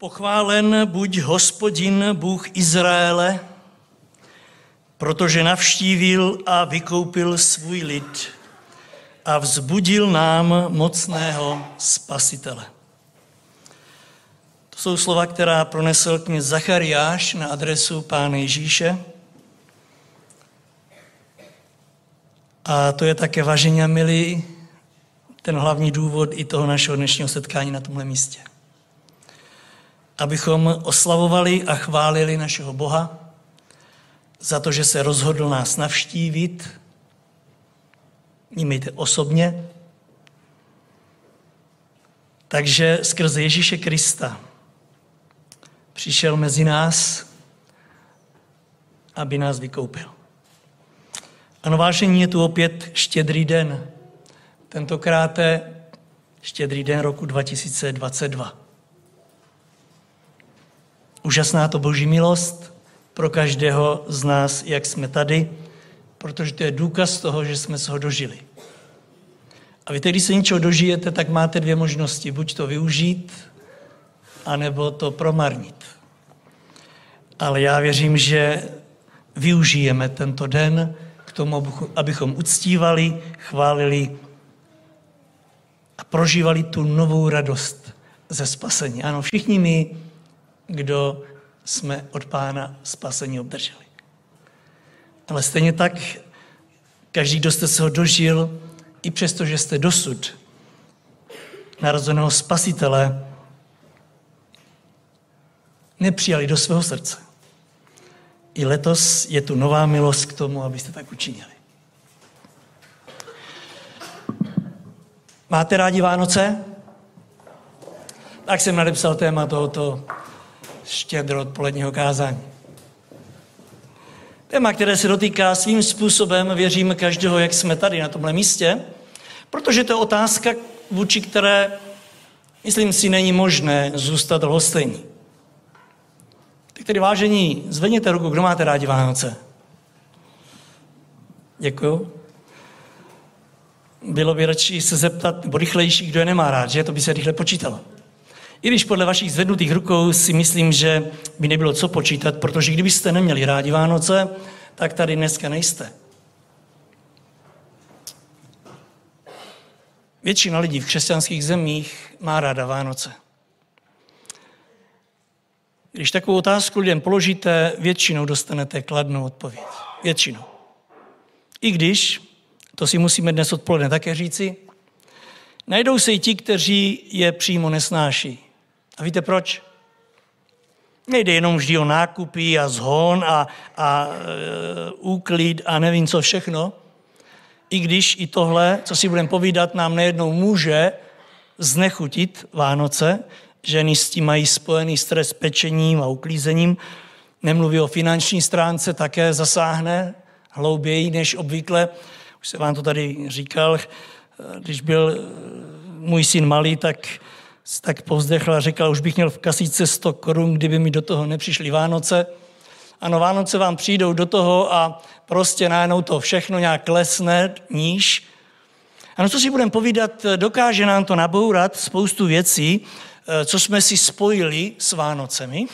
Pochválen buď Hospodin, Bůh Izraele, protože navštívil a vykoupil svůj lid a vzbudil nám mocného Spasitele. To jsou slova, která pronesl kněz Zachariáš na adresu Pána Ježíše. A to je také, vážení a milí, ten hlavní důvod i toho našeho dnešního setkání na tomhle místě. Abychom oslavovali a chválili našeho Boha za to, že se rozhodl nás navštívit, nímejte osobně, takže skrze Ježíše Krista přišel mezi nás, aby nás vykoupil. Ano, vážení, je tu opět štědrý den. Tentokrát je štědrý den roku 2022. Úžasná to Boží milost pro každého z nás, jak jsme tady, protože to je důkaz toho, že jsme se ho dožili. A víte, když se něčeho dožijete, tak máte dvě možnosti. Buď to využít, anebo to promarnit. Ale já věřím, že využijeme tento den k tomu, abychom uctívali, chválili a prožívali tu novou radost ze spasení. Ano, všichni my, kdo jsme od Pána spasení obdrželi. Ale stejně tak, každý, kdo jste se ho dožil, i přesto, že jste dosud narozeného Spasitele nepřijali do svého srdce. I letos je tu nová milost k tomu, abyste tak učinili. Máte rádi Vánoce? Tak jsem nadepsal téma tohoto štědro odpoledního kázání. Téma, které se dotýká svým způsobem, věřím, každého, jak jsme tady na tomhle místě, protože to je otázka, vůči které, myslím si, není možné zůstat lhostejný. Tak tedy, vážení, zvedněte ruku, kdo máte rádi Vánoce. Děkuju. Bylo by radši se zeptat, nebo rychlejší, kdo je nemá rád, že? To by se rychle počítalo. I když podle vašich zvednutých rukou si myslím, že by nebylo co počítat, protože kdybyste neměli rádi Vánoce, tak tady dneska nejste. Většina lidí v křesťanských zemích má ráda Vánoce. Když takovou otázku lidem položíte, většinou dostanete kladnou odpověď. Většinou. I když, to si musíme dnes odpoledne také říci, najdou se i ti, kteří je přímo nesnáší. A víte proč? Nejde jenom vždy o nákupy a zhon a úklid a nevím co všechno. I když i tohle, co si budeme povídat, nám nejednou může znechutit Vánoce. Ženy s tím mají spojený stres pečením a uklízením. Nemluví o finanční stránce, také zasáhne hlouběji než obvykle. Už jsem vám to tady říkal, když byl můj syn malý, tak povzdechl a řekl, už bych měl v kasíce 100 korun, kdyby mi do toho nepřišly Vánoce. Ano, Vánoce vám přijdou do toho a prostě najednou to všechno nějak klesne níž. Ano, co si budeme povídat, dokáže nám to nabourat spoustu věcí, co jsme si spojili s Vánocemi.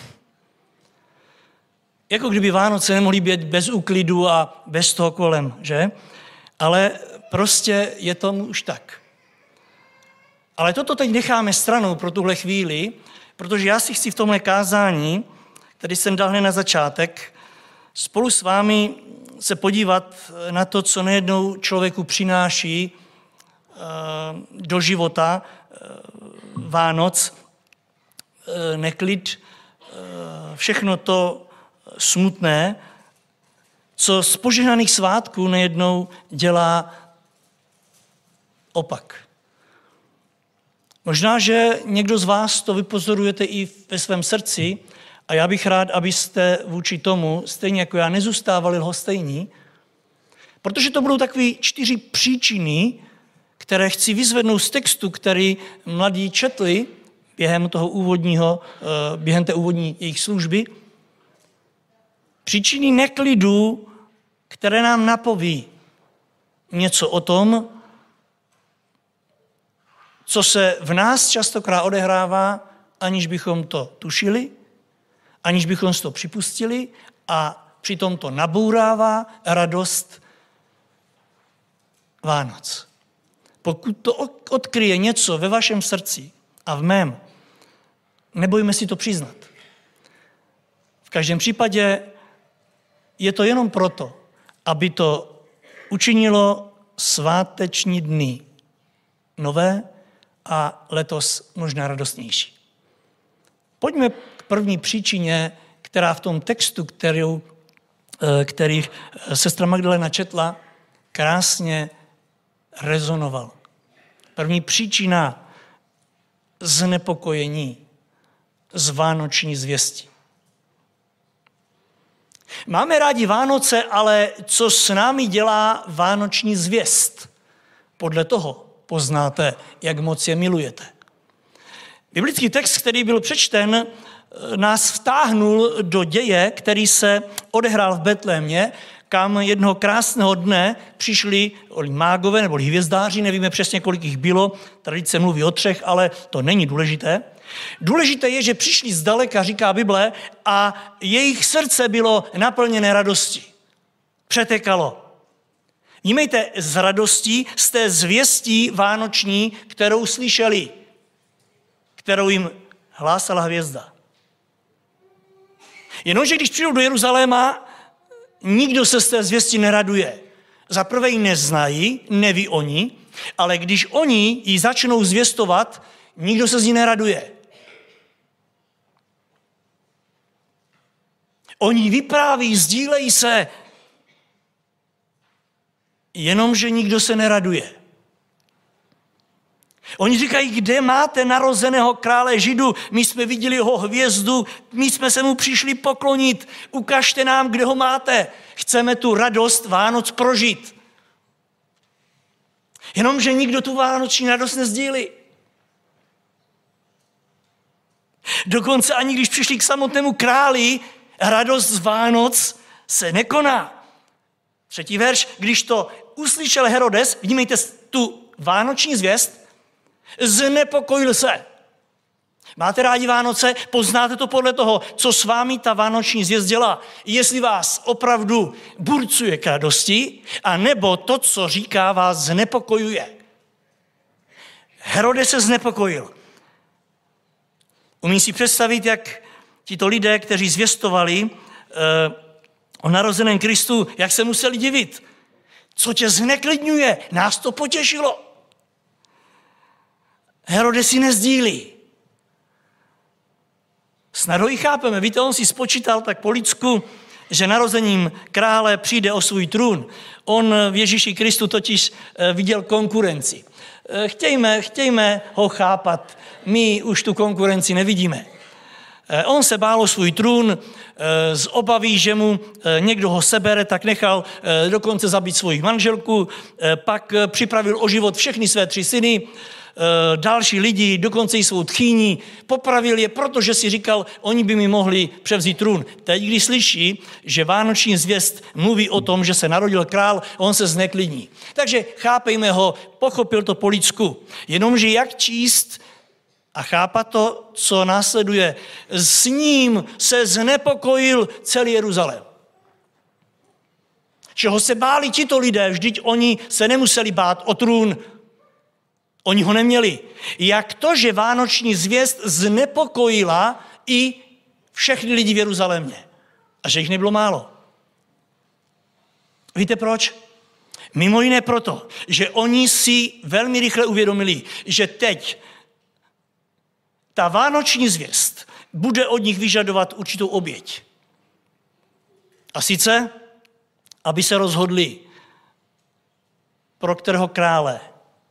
Jako kdyby Vánoce nemohly být bez úklidu a bez toho kolem, že? Ale prostě je tomu už tak. Ale toto teď necháme stranou pro tuhle chvíli, protože já si chci v tomhle kázání, který jsem dal hned na začátek, spolu s vámi se podívat na to, co nejednou člověku přináší do života Vánoc, neklid, všechno to smutné, co z požehnaných svátků nejednou dělá opak. Možná, že někdo z vás to vypozorujete i ve svém srdci a já bych rád, abyste vůči tomu, stejně jako já, nezůstávali lhostejní, protože to budou takové 4 příčiny, které chci vyzvednout z textu, který mladí četli během té úvodní jejich služby. Příčiny neklidu, které nám napoví něco o tom, co se v nás častokrát odehrává aniž bychom to tušili, aniž bychom si to připustili a přitom to nabourává radost Vánoc. Pokud to odkryje něco ve vašem srdci a v mém, nebojme si to přiznat. V každém případě je to jenom proto, aby to učinilo sváteční dny nové a letos možná radostnější. Pojďme k první příčině, která v tom textu, který sestra Magdalena četla, krásně rezonoval. První příčina znepokojení z vánoční zvěsti. Máme rádi Vánoce, ale co s námi dělá vánoční zvěst? Podle toho poznáte, jak moc je milujete. Biblický text, který byl přečten, nás vtáhnul do děje, který se odehrál v Betlémě, kam jednoho krásného dne přišli mágové nebo hvězdáři, nevíme přesně, kolik jich bylo, tradice mluví o 3, ale to není důležité. Důležité je, že přišli zdaleka, říká Bible, a jejich srdce bylo naplněné radostí. Přetekalo. Vnímejte, z radostí, z té zvěstí vánoční, kterou slyšeli, kterou jim hlásala hvězda. Jenomže když přijdou do Jeruzaléma, nikdo se z té zvěsti neraduje. Za prvé ji neznají, neví oni, ale když oni ji začnou zvěstovat, nikdo se z ní neraduje. Oni vypráví, sdílejí se, jenomže nikdo se neraduje. Oni říkají, kde máte narozeného krále Židů? My jsme viděli jeho hvězdu, my jsme se mu přišli poklonit. Ukažte nám, kde ho máte. Chceme tu radost Vánoc prožít. Jenomže nikdo tu vánoční radost nezdílí. Dokonce ani když přišli k samotnému králi, radost z Vánoc se nekoná. 3. verš, když to uslyšel Herodes, vnímejte tu vánoční zvěst, znepokojil se. Máte rádi Vánoce? Poznáte to podle toho, co s vámi ta vánoční zvěst dělá. Jestli vás opravdu burcuje k radosti, a nebo to, co říká, vás znepokojuje. Herodes se znepokojil. Umím si představit, jak tito lidé, kteří zvěstovali o narozeném Kristu, jak se museli divit. Co tě zneklidňuje? Nás to potěšilo. Herodes si nezdílí. Snad ho i chápeme. Víte, on si spočítal tak po lidsku, že narozením krále přijde o svůj trůn. On v Ježíši Kristu totiž viděl konkurenci. Chtějme ho chápat. My už tu konkurenci nevidíme. On se bál o svůj trůn, z obavy, že mu někdo ho sebere, tak nechal dokonce zabít svoji manželku, pak připravil o život všechny své 3 syny, další lidi, dokonce i svou tchýni, popravil je, protože si říkal, oni by mi mohli převzít trůn. Teď, když slyší, že vánoční zvěst mluví o tom, že se narodil král, on se zneklidní. Takže chápejme ho, pochopil to po lidsku. Jenomže jak číst a chápat to, co následuje. S ním se znepokojil celý Jeruzalém. Čeho se báli tito lidé, vždyť oni se nemuseli bát o trůn. Oni ho neměli. Jak to, že vánoční zvěst znepokojila i všechny lidi v Jeruzalémě. A že jich nebylo málo. Víte proč? Mimo jiné proto, že oni si velmi rychle uvědomili, že teď ta vánoční zvěst bude od nich vyžadovat určitou oběť. A sice, aby se rozhodli, pro kterého krále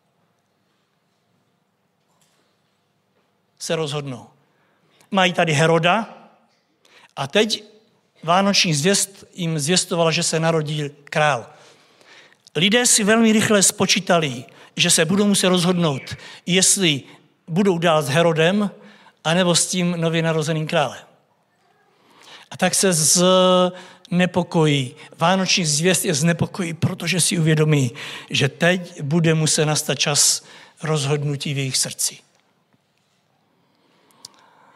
se rozhodnou. Mají tady Heroda a teď vánoční zvěst jim zvěstovala, že se narodil král. Lidé si velmi rychle spočítali, že se budou muset rozhodnout, jestli budou dál s Herodem, anebo s tím nově narozeným králem. A tak se znepokojí. Vánoční zvěst je znepokojí, protože si uvědomí, že teď bude muset nastat čas rozhodnutí v jejich srdci.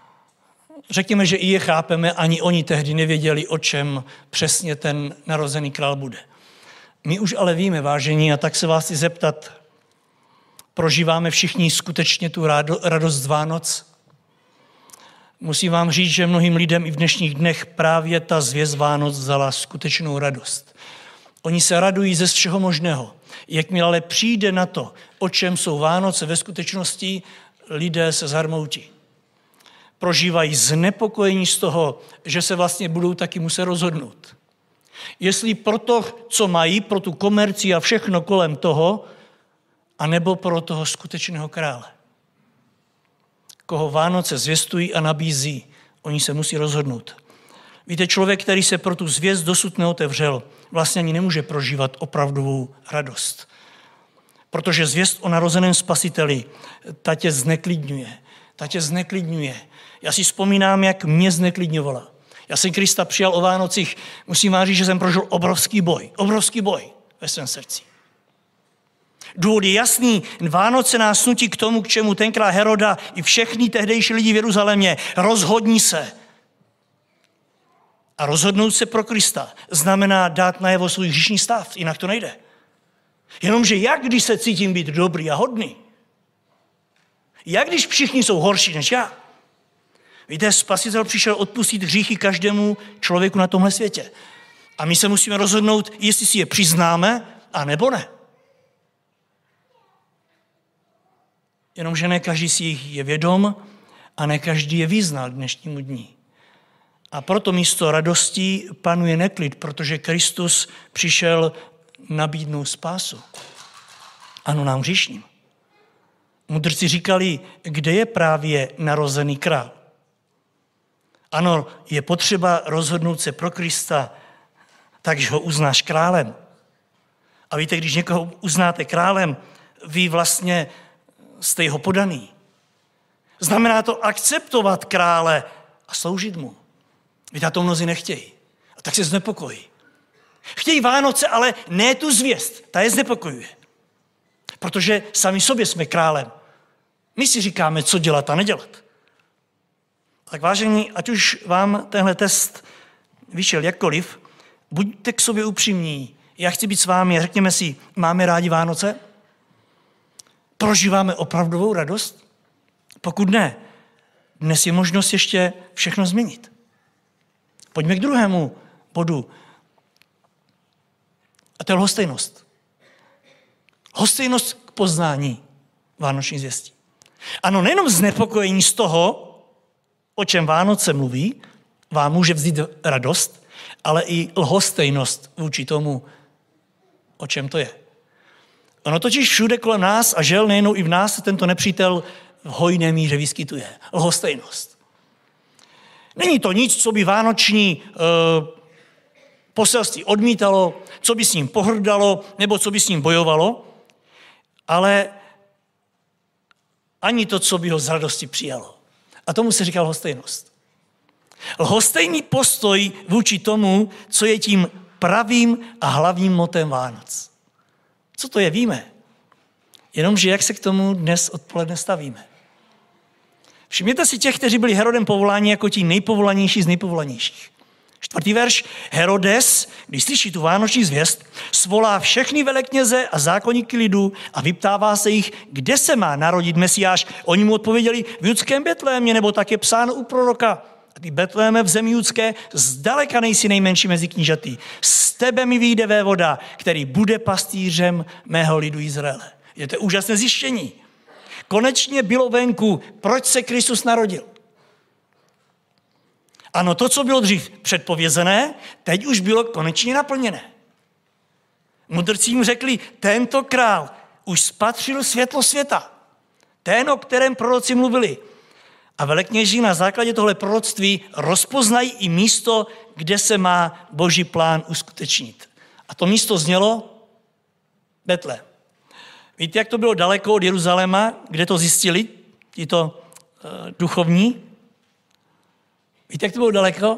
řekněme, že i je chápeme, ani oni tehdy nevěděli, o čem přesně ten narozený král bude. My už ale víme, vážení, a tak se vás chci zeptat, prožíváme všichni skutečně tu radost z Vánoc? Musím vám říct, že mnohým lidem i v dnešních dnech právě ta zvěst Vánoc vzala skutečnou radost. Oni se radují ze všeho možného. Jakmile ale přijde na to, o čem jsou Vánoce ve skutečnosti, lidé se zarmoutí. Prožívají znepokojení z toho, že se vlastně budou taky muset rozhodnout. Jestli pro to, co mají, pro tu komerci a všechno kolem toho, anebo pro toho skutečného krále. Koho Vánoce zvěstují a nabízí, oni se musí rozhodnout. Víte, člověk, který se pro tu zvěst dosud neotevřel, vlastně ani nemůže prožívat opravdovou radost. Protože zvěst o narozeném spasiteli, ta tě zneklidňuje. Já si vzpomínám, jak mě zneklidňovala. Já jsem Krista přijal o Vánocích, musím vám říct, že jsem prožil obrovský boj ve svém srdci. Důvod je jasný, Vánoce nás nutí k tomu, k čemu tenkrát Heroda i všechny tehdejší lidi v Jeruzalémě. Rozhodni se. A rozhodnout se pro Krista znamená dát najevo svůj hříšný stav, jinak to nejde. Jenomže jak když se cítím být dobrý a hodný? Jak když všichni jsou horší než já? Víte, Spasitel přišel odpustit hříchy každému člověku na tomhle světě. A my se musíme rozhodnout, jestli si je přiznáme, a nebo ne. Jenomže ne každý si jich je vědom a ne každý je vyznal k dnešnímu dní. A proto místo radosti panuje neklid, protože Kristus přišel nabídnout spásu. Ano, nám hříšným. Mudrci říkali, kde je právě narozený král. Ano, je potřeba rozhodnout se pro Krista, takže ho uznáš králem. A víte, když někoho uznáte králem, vy vlastně jste jeho podaný. Znamená to akceptovat krále a sloužit mu. Víte, a to mnozí nechtějí. A tak se znepokojí. Chtějí Vánoce, ale ne tu zvěst. Ta je znepokojuje. Protože sami sobě jsme králem. My si říkáme, co dělat a nedělat. Tak vážení, ať už vám tenhle test vyšel jakkoliv, buďte k sobě upřímní. Já chci být s vámi a řekněme si, máme rádi Vánoce? Prožíváme opravdovou radost? Pokud ne, dnes je možnost ještě všechno změnit. Pojďme k druhému bodu. A to je lhostejnost. Lhostejnost k poznání vánoční zvěstí. Ano, nejenom znepokojení z toho, o čem Vánoce mluví, vám může vzít radost, ale i lhostejnost vůči tomu, o čem to je. Ono totiž všude kolem nás a žel nejenom i v nás se tento nepřítel v hojné míře vyskytuje. Lhostejnost. Není to nic, co by vánoční poselství odmítalo, co by s ním pohrdalo, nebo co by s ním bojovalo, ale ani to, co by ho z radosti přijalo. A tomu se říká lhostejnost. Lhostejný postoj vůči tomu, co je tím pravým a hlavním motem Vánoc. Co to je, víme. Jenomže jak se k tomu dnes odpoledne stavíme. Všimněte si těch, kteří byli Herodem povoláni jako ti nejpovolanější z nejpovolanějších. 4. verš. Herodes, když slyší tu vánoční zvěst, svolá všechny velekněze a zákonníky lidu a vyptává se jich, kde se má narodit Mesiáš. Oni mu odpověděli, v judském Betlémě, nebo tak je psáno u proroka. A ty Betléme v zemi judské, zdaleka nejsi nejmenší mezi knížaty. Z tebe mi vyjde vévoda, který bude pastýřem mého lidu Izraele. Je to úžasné zjištění. Konečně bylo venku, proč se Kristus narodil. Ano, to, co bylo dřív předpovězené, teď už bylo konečně naplněné. Mudrci jim řekli, tento král už spatřil světlo světa. Ten, o kterém proroci mluvili. A velekněží na základě tohle proroctví rozpoznají i místo, kde se má Boží plán uskutečnit. A to místo znělo Betlém. Víte, jak to bylo daleko od Jeruzaléma, kde to zjistili tito duchovní? Víte, jak to bylo daleko?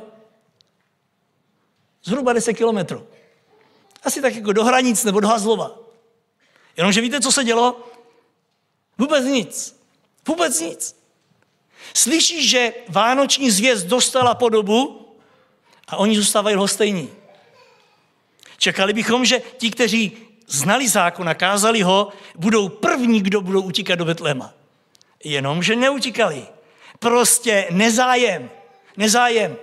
Zhruba 10 kilometrů. Asi tak jako do Hranic nebo do Hazlova. Jenomže víte, co se dělo? Vůbec nic. Vůbec nic. Slyší, že vánoční zvěst dostala podobu a oni zůstávají lhostejní. Čekali bychom, že ti, kteří znali zákon a kázali ho, budou první, kdo budou utíkat do Betléma. Jenomže neutíkali. Prostě nezájem. Nezájem.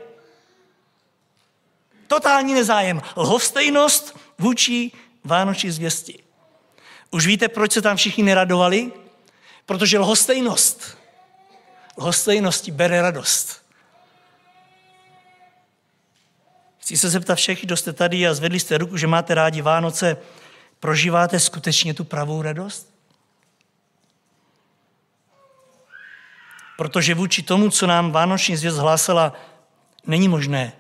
Totální nezájem. Lhostejnost vůči vánoční zvěsti. Už víte, proč se tam všichni neradovali? Protože lhostejnosti bere radost. Chci se zeptat všech, kdo jste tady a zvedli jste ruku, že máte rádi Vánoce, prožíváte skutečně tu pravou radost? Protože vůči tomu, co nám vánoční zvěst hlásala, není možné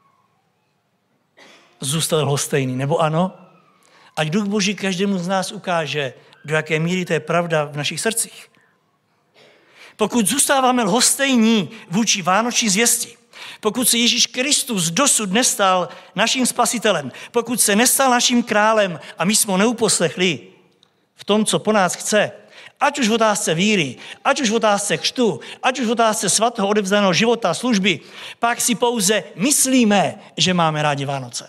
zůstat lhostejný, nebo ano? Ať Duch Boží každému z nás ukáže, do jaké míry to je pravda v našich srdcích. Pokud zůstáváme lhostejní vůči vánoční zvěsti, pokud se Ježíš Kristus dosud nestal naším spasitelem, pokud se nestal naším králem a my jsme ho neuposlechli v tom, co po nás chce, ať už v otázce víry, ať už v otázce křtu, ať už v otázce svatého odevzdaného života a služby, pak si pouze myslíme, že máme rádi Vánoce.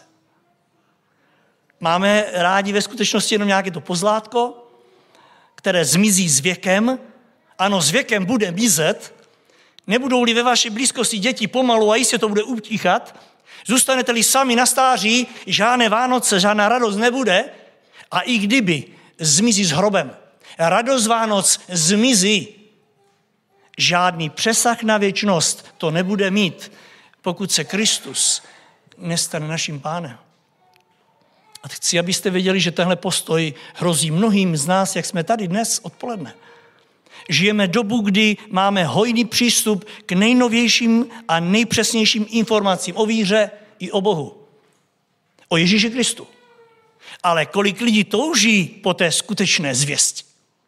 Máme rádi ve skutečnosti jenom nějaké to pozlátko, které zmizí s věkem. Ano, s věkem bude mizet. Nebudou-li ve vaší blízkosti děti pomalu a jistě to bude utíchat. Zůstanete-li sami na stáří, žádné Vánoce, žádná radost nebude. A i kdyby zmizí s hrobem. Radost Vánoc zmizí. Žádný přesah na věčnost to nebude mít, pokud se Kristus nestane naším pánem. A chci, abyste věděli, že tenhle postoj hrozí mnohým z nás, jak jsme tady dnes odpoledne. Žijeme dobu, kdy máme hojný přístup k nejnovějším a nejpřesnějším informacím o víře i o Bohu. O Ježíši Kristu. Ale kolik lidí touží po té skutečné zvěsti?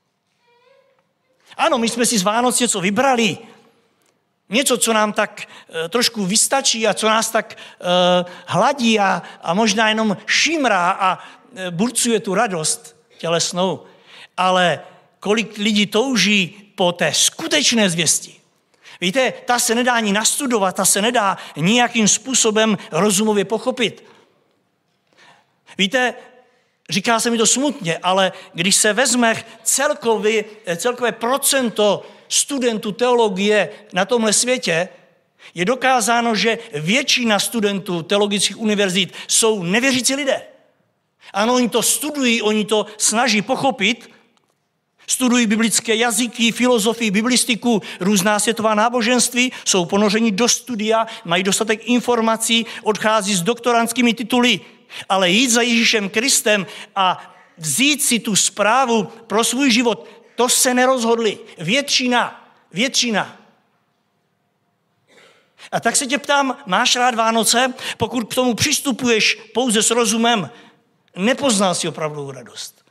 Ano, my jsme si z Vánoc něco vybrali. Něco, co nám tak trošku vystačí a co nás tak hladí a možná jenom šimrá a burcuje tu radost tělesnou. Ale kolik lidí touží po té skutečné zvěsti. Víte, ta se nedá ani nastudovat, ta se nedá nijakým způsobem rozumově pochopit. Víte, říká se mi to smutně, ale když se vezme celkové procento studentů teologie na tomhle světě, je dokázáno, že většina studentů teologických univerzit jsou nevěřící lidé. Ano, oni to studují, oni to snaží pochopit, studují biblické jazyky, filozofii, biblistiku, různá světová náboženství, jsou ponořeni do studia, mají dostatek informací, odchází s doktorantskými tituly, ale jít za Ježíšem Kristem a vzít si tu zprávu pro svůj život, to se nerozhodli. Většina. A tak se tě ptám, máš rád Vánoce? Pokud k tomu přistupuješ pouze s rozumem, nepoznal si opravdovou radost.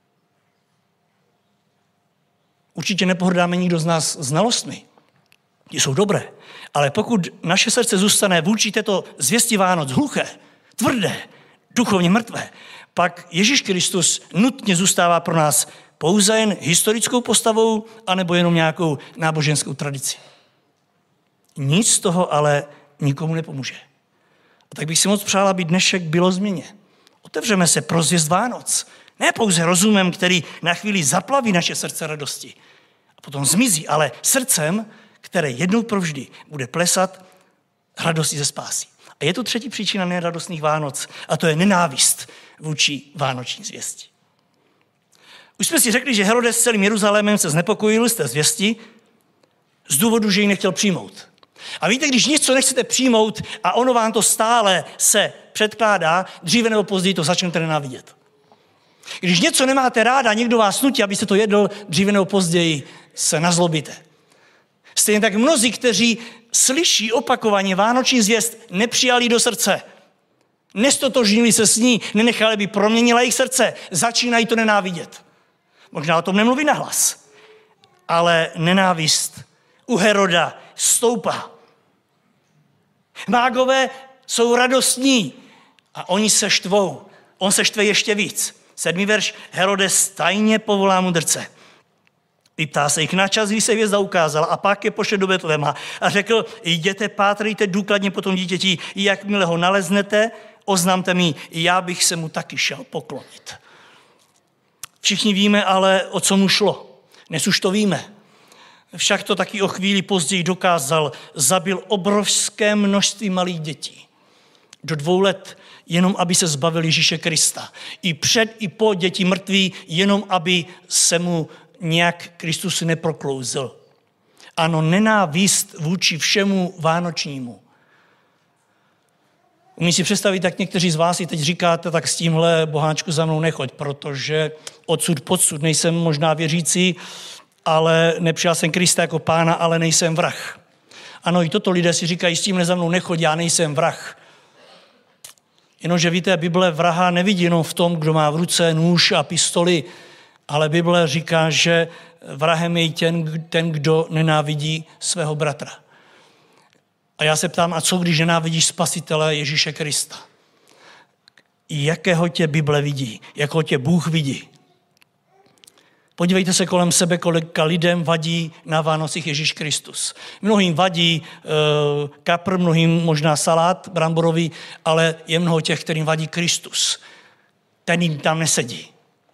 Určitě nepohrdáme nikdo z nás znalostmi. Ty jsou dobré. Ale pokud naše srdce zůstane vůči této zvěsti Vánoc hluché, tvrdé, duchovně mrtvé, pak Ježíš Kristus nutně zůstává pro nás pouze jen historickou postavou anebo jenom nějakou náboženskou tradicí. Nic z toho ale nikomu nepomůže. A tak bych si moc přál, aby dnešek bylo změně. Otevřeme se pro zvěst Vánoc. Ne pouze rozumem, který na chvíli zaplaví naše srdce radosti a potom zmizí, ale srdcem, které jednou provždy bude plesat radosti ze spásy. A je to třetí příčina neradostných Vánoc a to je nenávist vůči vánoční zvěsti. Už jsme si řekli, že Herodes s celým Jeruzalémem se znepokojil z té zvěsti z důvodu, že ji nechtěl přijmout. A víte, když něco nechcete přijmout a ono vám to stále se předkládá, dříve nebo později to začnete nenávidět. Když něco nemáte ráda, někdo vás nutí, abyste to jedl, dříve nebo později se nazlobíte. Stejně tak mnozí, kteří slyší opakovaně vánoční zvěst, nepřijali do srdce. Nestotožnili se s ní, nenechali, by proměnila jejich srdce, začínají to nenávidět. Možná o tom nemluví nahlas, ale nenávist u Heroda stoupá. Mágové jsou radostní a oni se štvou. On se štve ještě víc. 7. verš, Herodes tajně povolá mudrce. Vyptá se jich na čas, kdy se hvězda ukázala a pak je pošle do Betléma a řekl, jděte, pátrejte důkladně po tom dítěti, jakmile ho naleznete, oznamte mi, já bych se mu taky šel poklonit. Všichni víme ale, o co mu šlo. Dnes už to víme. Však to taky o chvíli později dokázal, zabil obrovské množství malých dětí. Do 2 let, jenom aby se zbavil Ježíše Krista. I před, i po děti mrtví, jenom aby se mu nějak Kristus neproklouzl. Ano, nenávist vůči všemu vánočnímu. Umím si představit, jak někteří z vás si teď říkáte, tak s tímhle boháčku za mnou nechoď, protože odsud podsud nejsem možná věřící, ale nepřijal jsem Krista jako pána, ale nejsem vrah. Ano, i toto lidé si říkají, s tímhle za mnou nechoď, já nejsem vrah. Jenomže víte, Bible vraha nevidí jenom v tom, kdo má v ruce nůž a pistoli, ale Bible říká, že vrahem je ten, kdo nenávidí svého bratra. A já se ptám, a co když nenávidíš Spasitele Ježíše Krista? Jakého tě Bible vidí? Jak ho tě Bůh vidí? Podívejte se kolem sebe, kolika lidem vadí na Vánocích Ježíš Kristus. Mnohým vadí kapr, mnohým možná salát bramborový, ale je mnoho těch, kterým vadí Kristus. Ten jim tam nesedí.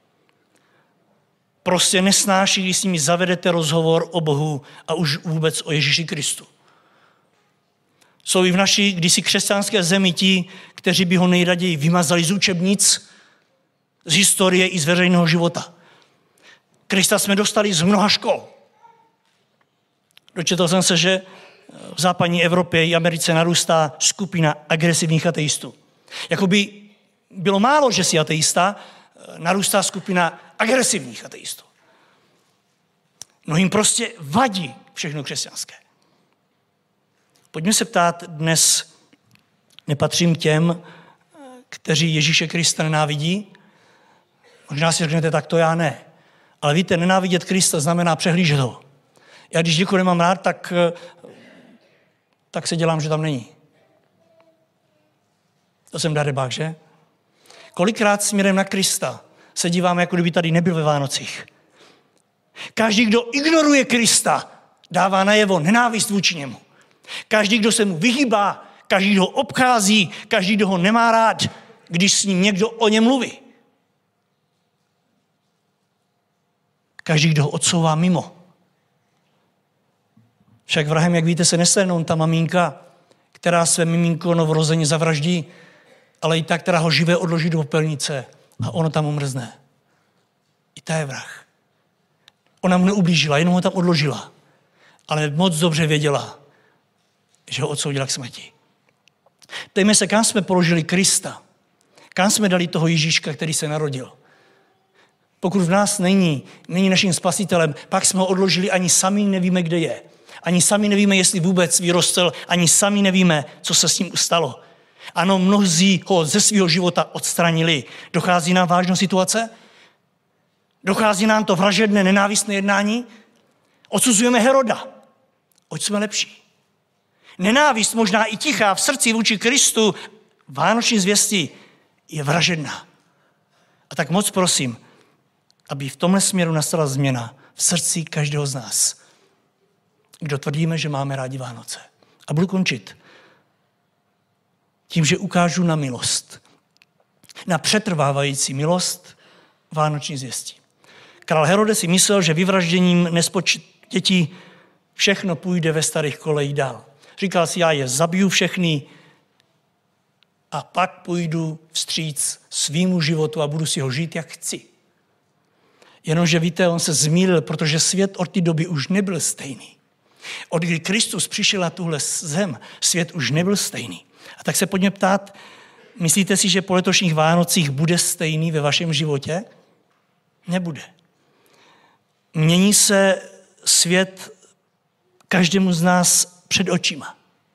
Prostě nesnáší, když s nimi zavedete rozhovor o Bohu a už vůbec o Ježíši Kristu. Jsou i v naší kdysi křesťanské zemi ti, kteří by ho nejraději vymazali z učebnic, z historie i z veřejného života. Krista jsme dostali z mnoha škol. Dočetl jsem se, že v západní Evropě i Americe narůstá skupina agresivních ateistů. Jakoby bylo málo, že jsi ateista, narůstá skupina agresivních ateistů. Mnohým prostě vadí všechno křesťanské. Pojďme se ptát dnes, nepatřím těm, kteří Ježíše Krista nenávidí? Možná si řeknete, tak to já ne. Ale víte, nenávidět Krista znamená přehlížet ho. Já když někoho nemám rád, tak se dělám, že tam není. To jsem darebák, že? Kolikrát směrem na Krista se díváme, jako kdyby tady nebyl ve Vánocích. Každý, kdo ignoruje Krista, dává najevo nenávist vůči němu. Každý, kdo se mu vyhýbá, každý, kdo ho obchází, každý, kdo ho nemá rád, když s ním někdo o něm mluví. Každý, kdo ho odsouvá mimo. Však vrahem, jak víte, se nestane jenom ta maminka, která své miminko novorozeně zavraždí, ale i ta, která ho živé odloží do popelnice a ono tam umrzne. I ta je vrah. Ona mu neublížila, jenom ho tam odložila. Ale moc dobře věděla, že ho odsoudila k smrti. Ptejme se, kam jsme položili Krista. Kam jsme dali toho Ježíška, který se narodil. Pokud v nás není naším spasitelem, pak jsme ho odložili, ani sami nevíme, kde je. Ani sami nevíme, jestli vůbec vyrostl, ani sami nevíme, co se s ním stalo. Ano, mnozí ho ze svého života odstranili. Dochází nám vážná situace? Dochází nám to vražedné, nenávistné jednání? Odsuzujeme Heroda. Oč jsme lepší? Nenávist, možná i tichá v srdci vůči Kristu, vánoční zvěstí je vražedná. A tak moc prosím, aby v tomhle směru nastala změna v srdci každého z nás, kdo tvrdíme, že máme rádi Vánoce. A budu končit tím, že ukážu na milost. Na přetrvávající milost vánoční zvěstí. Král Herodes si myslel, že vyvražděním dětí všechno půjde ve starých kolejích dál. Říkal si, já je zabiju všechny a pak půjdu vstříc svýmu životu a budu si ho žít, jak chci. Jenomže víte, on se zmýlil, protože svět od té doby už nebyl stejný. Od kdy Kristus přišel na tuhle zem, svět už nebyl stejný. A tak se pojďme ptát, myslíte si, že po letošních Vánocích bude stejný ve vašem životě? Nebude. Mění se svět každému z nás před očima.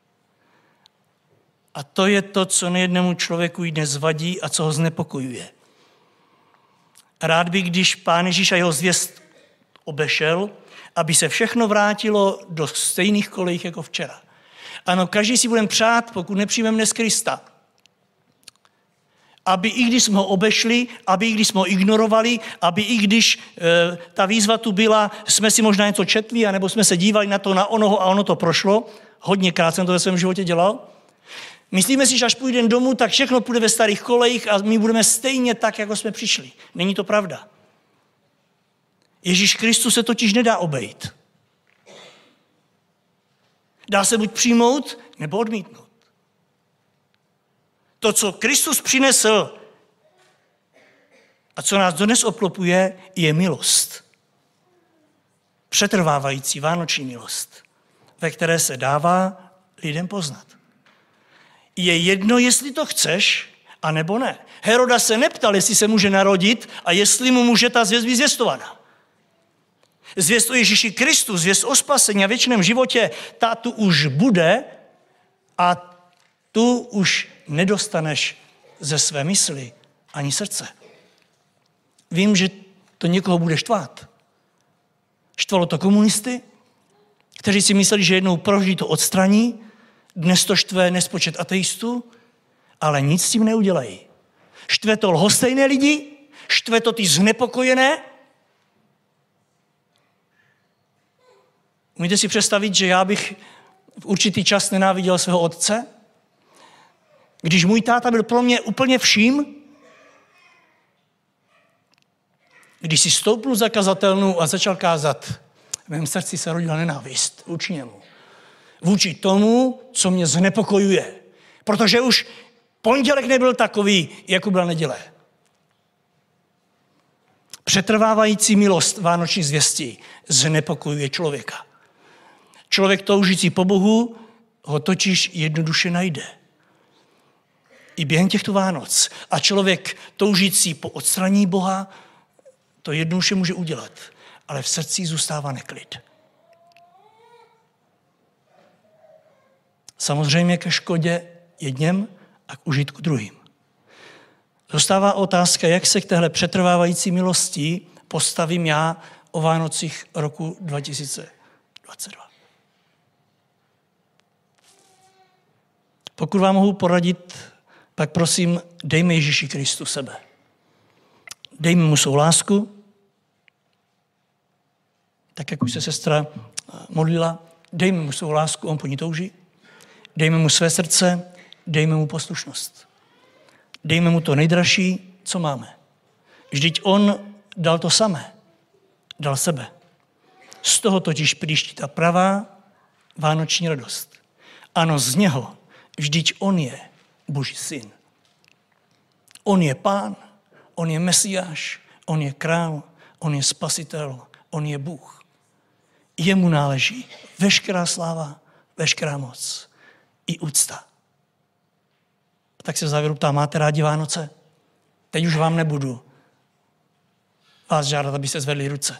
A to je to, co nejednému člověku dnes vadí a co ho znepokojuje. Rád bych, když Pán Ježíš a jeho zvěst obešel, aby se všechno vrátilo do stejných kolejí jako včera. Ano, každý si budeme přát, pokud nepřijmeme dnes Krista. Aby i když jsme ho obešli, aby i když jsme ho ignorovali, aby i když ta výzva tu byla, jsme si možná něco četli, anebo jsme se dívali na to, na onoho a ono to prošlo. Hodněkrát jsem to ve svém životě dělal. Myslíme si, že až půjdeme domů, tak všechno půjde ve starých kolejích a my budeme stejně tak, jako jsme přišli. Není to pravda. Ježíš Kristus se totiž nedá obejít. Dá se buď přijmout, nebo odmítnout. To, co Kristus přinesl a co nás dnes obklopuje, je milost. Přetrvávající vánoční milost, ve které se dává lidem poznat. Je jedno, jestli to chceš, anebo ne. Heroda se neptal, jestli se může narodit a jestli mu může ta zvěst být zvěstovaná. Zvěst o Ježíši Kristu, zvěst o spasení a věčném životě, ta tu už bude a tu už nedostaneš ze své mysli ani srdce. Vím, že to někoho bude štvát. Štvalo to komunisty, kteří si mysleli, že jednou prožití to odstraní, dnes to štve nespočet ateistů, ale nic s tím neudělají. Štve to lhostejné lidi, štve to ty znepokojené. Umíte si představit, že já bych v určitý čas nenáviděl svého otce? Když můj táta byl pro mě úplně vším, když si stoupnul za kazatelnu a začal kázat, v mém srdci se rodila nenávist vůči němu. Vůči tomu, co mě znepokojuje. Protože už pondělek nebyl takový, jako byla neděle. Přetrvávající milost vánoční zvěstí znepokojuje člověka. Člověk toužící po Bohu ho totiž jednoduše najde. I během těchto Vánoc. A člověk toužící po odstranění Boha to jednoduše může udělat. Ale v srdci zůstává neklid. Samozřejmě ke škodě jedněm a k užitku druhým. Zůstává otázka, jak se k téhle přetrvávající milosti postavím já o Vánocích roku 2022. Pokud vám mohu poradit, pak prosím, dejme Ježíši Kristu sebe. Dejme mu svou lásku, tak jak už se sestra modlila, dejme mu svou lásku, on po ní touží. Dejme mu své srdce, dejme mu poslušnost. Dejme mu to nejdražší, co máme. Vždyť on dal to samé. Dal sebe. Z toho totiž příští ta pravá vánoční radost. Ano, z něho. Vždyť on je Boží syn. On je Pán, on je Mesiáš, on je král, on je spasitel, on je Bůh. Jemu náleží veškerá sláva, veškerá moc i úcta. Tak se v závěru ptám, máte rádi Vánoce? Teď už vám nebudu vás žádat, abyste zvedli ruce.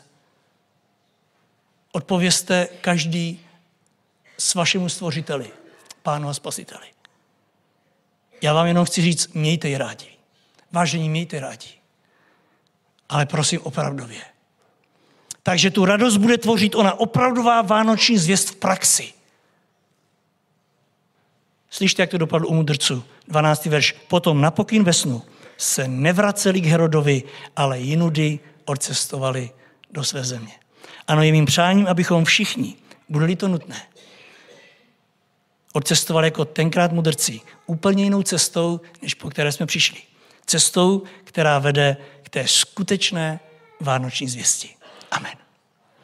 Odpovězte každý s vašemu stvořiteli, Pánu a Spasiteli. Já vám jenom chci říct, mějte je rádi. Vážení, mějte je rádi. Ale prosím opravdově. Takže tu radost bude tvořit ona opravdová vánoční zvěst v praxi. Slyšte, jak to dopadlo u mudrců. 12. verš. Potom na pokyn ve snu se nevraceli k Herodovi, ale jinudy odcestovali do své země. Ano, je mým přáním, abychom všichni, bude-li to nutné, odcestovali jako tenkrát mudrci, úplně jinou cestou, než po které jsme přišli. Cestou, která vede k té skutečné vánoční zvěsti. Amen.